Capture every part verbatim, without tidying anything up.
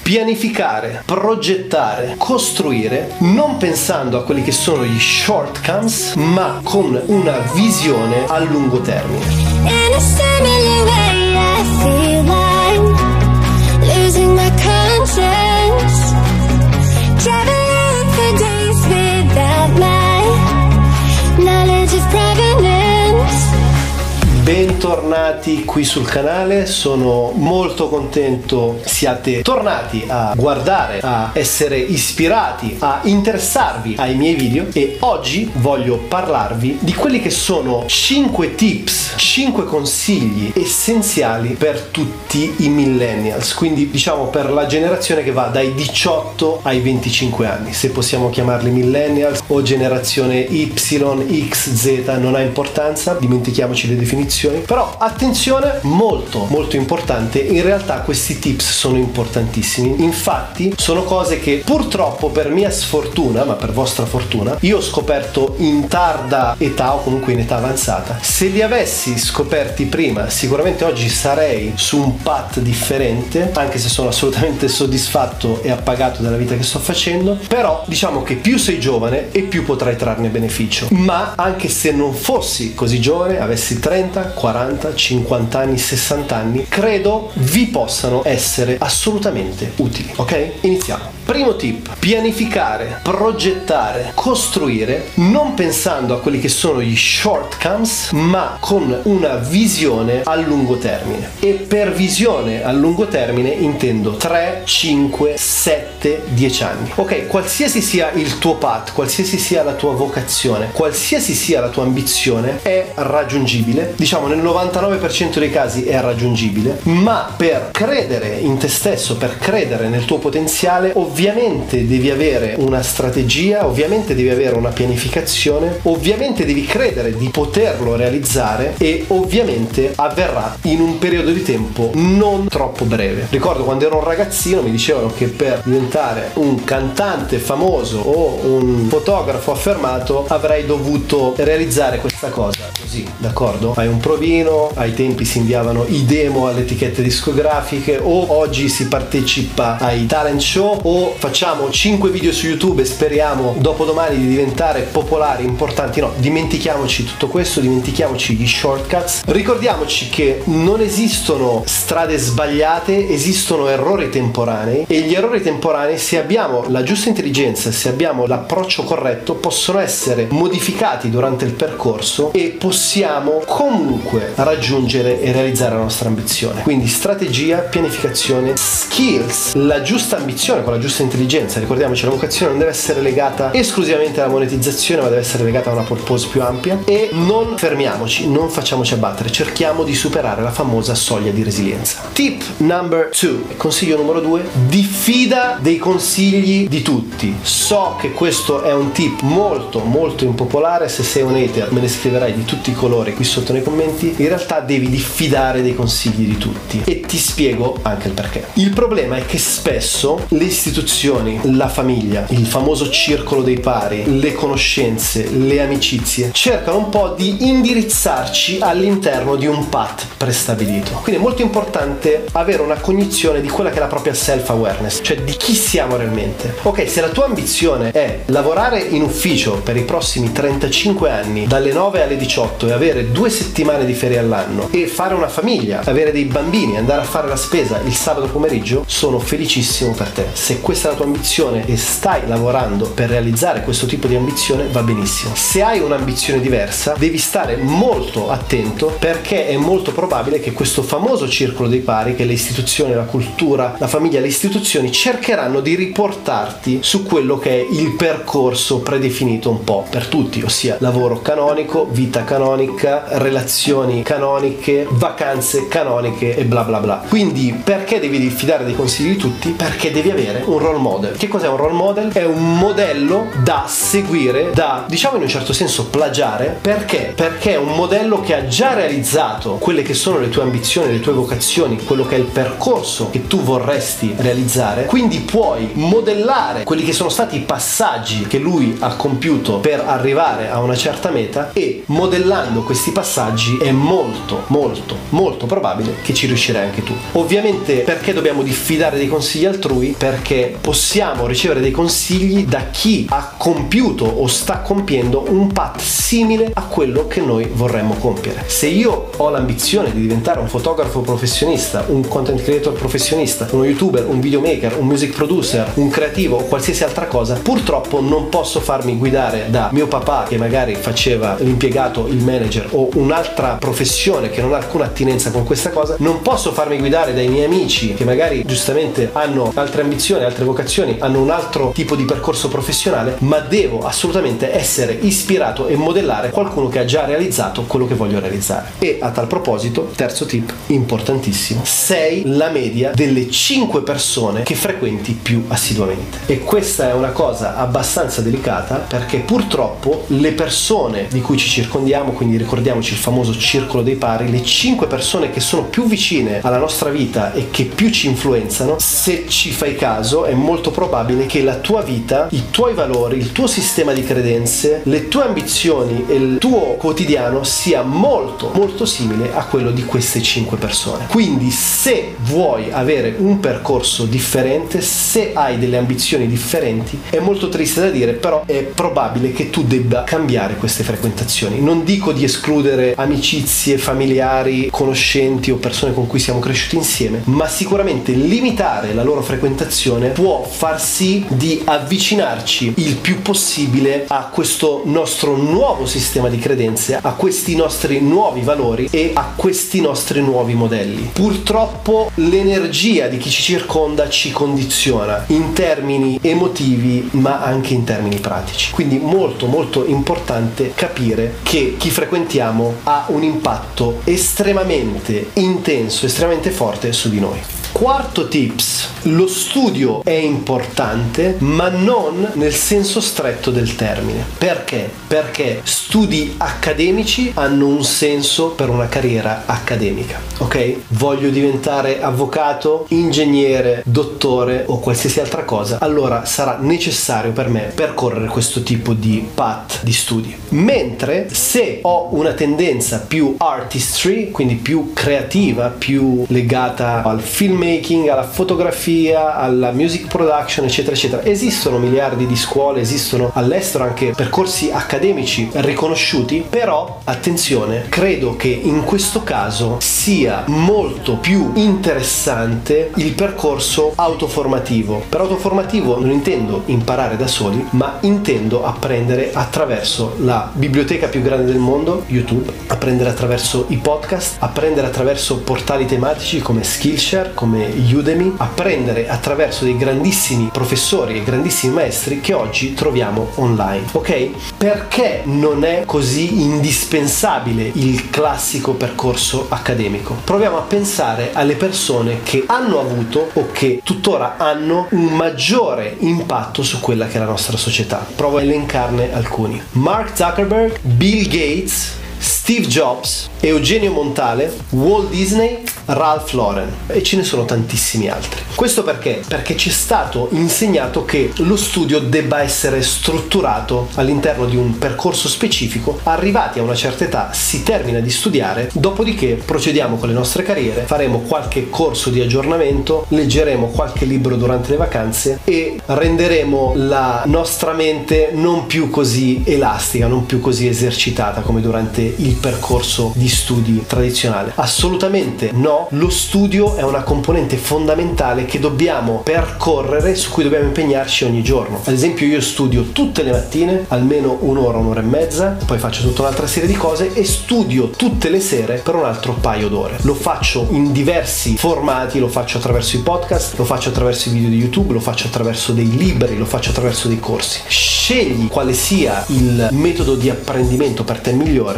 pianificare, progettare, costruire, non pensando a quelli che sono gli shortcomes, ma con una visione a lungo termine. In a similar way, I feel like losing my conscience, traveling for days without my knowledge of provenance. Bentornati qui sul canale, sono molto contento siate tornati a guardare, a essere ispirati, a interessarvi ai miei video, e oggi voglio parlarvi di quelli che sono cinque tips, cinque consigli essenziali per tutti i millennials, quindi diciamo per la generazione che va dai diciotto ai venticinque anni, se possiamo chiamarli millennials o generazione Y, X, Z, non ha importanza, dimentichiamoci le definizioni. Però attenzione, molto molto importante, in realtà questi tips sono importantissimi, infatti sono cose che purtroppo per mia sfortuna, ma per vostra fortuna, io ho scoperto in tarda età o comunque in età avanzata. Se li avessi scoperti prima sicuramente oggi sarei su un path differente, anche se sono assolutamente soddisfatto e appagato della vita che sto facendo. Però diciamo che più sei giovane e più potrai trarne beneficio, ma anche se non fossi così giovane, avessi trenta, quaranta, cinquanta anni, sessanta anni, credo vi possano essere assolutamente utili. Ok? Iniziamo. Primo tip: pianificare, progettare, costruire, non pensando a quelli che sono gli shortcomes, ma con una visione a lungo termine. E per visione a lungo termine intendo tre, cinque, sette, dieci anni. Ok? Qualsiasi sia il tuo path, qualsiasi sia la tua vocazione, qualsiasi sia la tua ambizione, è raggiungibile. Diciamo nel novantanove per cento dei casi è raggiungibile, ma per credere in te stesso, per credere nel tuo potenziale, ovviamente devi avere una strategia, ovviamente devi avere una pianificazione, ovviamente devi credere di poterlo realizzare, e ovviamente avverrà in un periodo di tempo non troppo breve. Ricordo quando ero un ragazzino mi dicevano che per diventare un cantante famoso o un fotografo affermato avrei dovuto realizzare questa cosa, così, d'accordo? Fai un provino, ai tempi si inviavano i demo alle etichette discografiche, o oggi si partecipa ai talent show, o facciamo cinque video su YouTube e speriamo dopodomani di diventare popolari, importanti. No, dimentichiamoci tutto questo, dimentichiamoci gli shortcuts, ricordiamoci che non esistono strade sbagliate, esistono errori temporanei, e gli errori temporanei, se abbiamo la giusta intelligenza, se abbiamo l'approccio corretto, possono essere modificati durante il percorso e possiamo comunque raggiungere e realizzare la nostra ambizione. Quindi strategia, pianificazione, skills, la giusta ambizione con la giusta intelligenza. Ricordiamoci, la vocazione non deve essere legata esclusivamente alla monetizzazione, ma deve essere legata a una purpose più ampia. E non fermiamoci, non facciamoci abbattere, cerchiamo di superare la famosa soglia di resilienza. Tip number two, consiglio numero due: diffida dei consigli di tutti. So che questo è un tip molto molto impopolare, se sei un hater me ne scriverai di tutti i colori qui sotto nei commenti. In realtà devi diffidare dei consigli di tutti, e ti spiego anche il perché. Il problema è che spesso le istituzioni, la famiglia, il famoso circolo dei pari, le conoscenze, le amicizie cercano un po' di indirizzarci all'interno di un path prestabilito. Quindi è molto importante avere una cognizione di quella che è la propria self awareness, cioè di chi siamo realmente. Ok, se la tua ambizione è lavorare in ufficio per i prossimi trentacinque anni dalle nove alle diciotto e avere due settimane di ferie all'anno, e fare una famiglia, avere dei bambini, andare a fare la spesa il sabato pomeriggio, sono felicissimo per te. Se questa è la tua ambizione e stai lavorando per realizzare questo tipo di ambizione, va benissimo. Se hai un'ambizione diversa, devi stare molto attento, perché è molto probabile che questo famoso circolo dei pari, che le istituzioni, la cultura, la famiglia, le istituzioni cercheranno di riportarti su quello che è il percorso predefinito un po' per tutti, ossia lavoro canonico, vita canonica, relazioni canoniche, vacanze canoniche e bla bla bla. Quindi perché devi diffidare dei consigli di tutti? Perché devi avere un role model. Che cos'è un role model? È un modello da seguire, da, diciamo in un certo senso, plagiare. Perché? Perché è un modello che ha già realizzato quelle che sono le tue ambizioni, le tue vocazioni, quello che è il percorso che tu vorresti realizzare. Quindi puoi modellare quelli che sono stati i passaggi che lui ha compiuto per arrivare a una certa meta, e e modellando questi passaggi è molto molto molto probabile che ci riuscirai anche tu. Ovviamente perché dobbiamo diffidare dei consigli altrui? Perché possiamo ricevere dei consigli da chi ha compiuto o sta compiendo un path simile a quello che noi vorremmo compiere. Se io ho l'ambizione di diventare un fotografo professionista, un content creator professionista, uno youtuber, un videomaker, un music producer, un creativo o qualsiasi altra cosa, purtroppo non posso farmi guidare da mio papà che magari faceva l'impiegato, il manager o un'altra professione che non ha alcuna attinenza con questa cosa. Non posso farmi guidare dai miei amici che magari giustamente hanno altre ambizioni, altre vocazioni, hanno un altro tipo di percorso professionale, ma devo assolutamente essere ispirato e modellare qualcuno che ha già realizzato quello che voglio realizzare. E a tal proposito, terzo tip importantissimo: sei la media delle cinque persone che frequenti più assiduamente. E questa è una cosa abbastanza delicata, perché purtroppo le persone di cui ci circondiamo, quindi ricordiamoci il famoso circolo dei pari, le cinque persone che sono più vicine alla nostra vita e che più ci influenzano, se ci fai caso è molto probabile che la tua vita, i tuoi valori, il tuo sistema di credenze, le tue ambizioni e il tuo quotidiano sia molto molto simile a quello di queste cinque persone. Quindi se vuoi avere un percorso differente, se hai delle ambizioni differenti, è molto triste da dire, però è probabile che tu debba cambiare queste frequentazioni. Non dico di escludere amicizie, familiari, conoscenti o persone con cui siamo cresciuti insieme, ma sicuramente limitare la loro frequentazione può far sì di avvicinarci il più possibile a questo nostro nuovo sistema di credenze, a questi nostri nuovi valori e a questi nostri nuovi modelli. Purtroppo l'energia di chi ci circonda ci condiziona in termini emotivi ma anche in termini pratici, quindi molto molto importante capire che chi frequentiamo ha un impatto estremamente intenso, estremamente forte su di noi. Quarto tips: lo studio è importante ma non nel senso stretto del termine. Perché? Perché studi accademici hanno un senso per una carriera accademica, ok? Voglio diventare avvocato, ingegnere, dottore o qualsiasi altra cosa, allora sarà necessario per me percorrere questo tipo di path di studi. Mentre se ho una tendenza più artistry, quindi più creativa, più legata al filmmaking, alla fotografia, alla music production, eccetera eccetera, esistono miliardi di scuole, esistono all'estero anche percorsi accademici riconosciuti, però attenzione, credo che in questo caso sia molto più interessante il percorso autoformativo. Per autoformativo non intendo imparare da soli, ma intendo apprendere attraverso la biblioteca più grande del mondo, YouTube, apprendere attraverso i podcast, apprendere attraverso portali tematici come Skillshare, come Udemy, apprendere attraverso dei grandissimi professori e grandissimi maestri che oggi troviamo online, ok? Perché non è così indispensabile il classico percorso accademico? Proviamo a pensare alle persone che hanno avuto o che tuttora hanno un maggiore impatto su quella che è la nostra società. Provo a elencarne alcuni: Mark Zuckerberg, Bill Gates, Steve Jobs, Eugenio Montale, Walt Disney, Ralph Lauren, e ce ne sono tantissimi altri. Questo perché? Perché ci è stato insegnato che lo studio debba essere strutturato all'interno di un percorso specifico. Arrivati a una certa età si termina di studiare, dopodiché procediamo con le nostre carriere, faremo qualche corso di aggiornamento, leggeremo qualche libro durante le vacanze e renderemo la nostra mente non più così elastica, non più così esercitata come durante il percorso di studi tradizionale. Assolutamente no, lo studio è una componente fondamentale che dobbiamo percorrere, su cui dobbiamo impegnarci ogni giorno. Ad esempio io studio tutte le mattine almeno un'ora, un'ora e mezza, poi faccio tutta un'altra serie di cose e studio tutte le sere per un altro paio d'ore. Lo faccio in diversi formati, lo faccio attraverso i podcast, lo faccio attraverso i video di YouTube, lo faccio attraverso dei libri, lo faccio attraverso dei corsi. Scegli quale sia il metodo di apprendimento per te migliore, però ricorda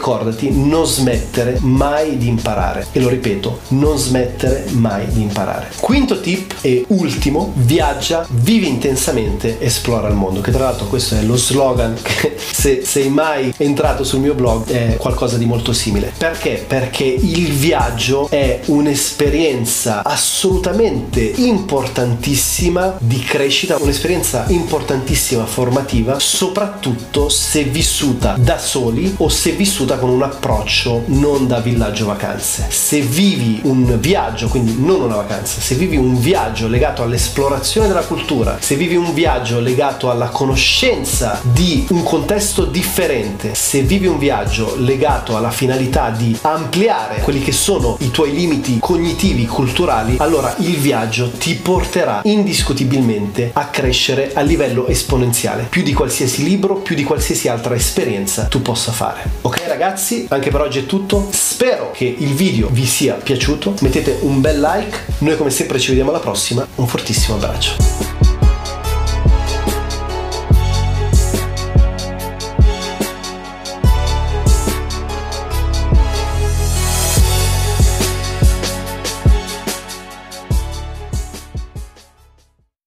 ricordati, non smettere mai di imparare. E lo ripeto, non smettere mai di imparare. Quinto tip e ultimo: viaggia, vivi intensamente, esplora il mondo. Che tra l'altro questo è lo slogan che, se sei mai entrato sul mio blog, è qualcosa di molto simile. Perché? Perché il viaggio è un'esperienza assolutamente importantissima di crescita, un'esperienza importantissima formativa, soprattutto se vissuta da soli o se vissuta con un approccio non da villaggio vacanze. Se vivi un viaggio, quindi non una vacanza, se vivi un viaggio legato all'esplorazione della cultura, se vivi un viaggio legato alla conoscenza di un contesto differente, se vivi un viaggio legato alla finalità di ampliare quelli che sono i tuoi limiti cognitivi, culturali, allora il viaggio ti porterà indiscutibilmente a crescere a livello esponenziale, più di qualsiasi libro, più di qualsiasi altra esperienza tu possa fare. Ok ragazzi, anche per oggi è tutto. Spero che il video vi sia piaciuto, mettete un bel like, noi come sempre ci vediamo alla prossima, un fortissimo abbraccio.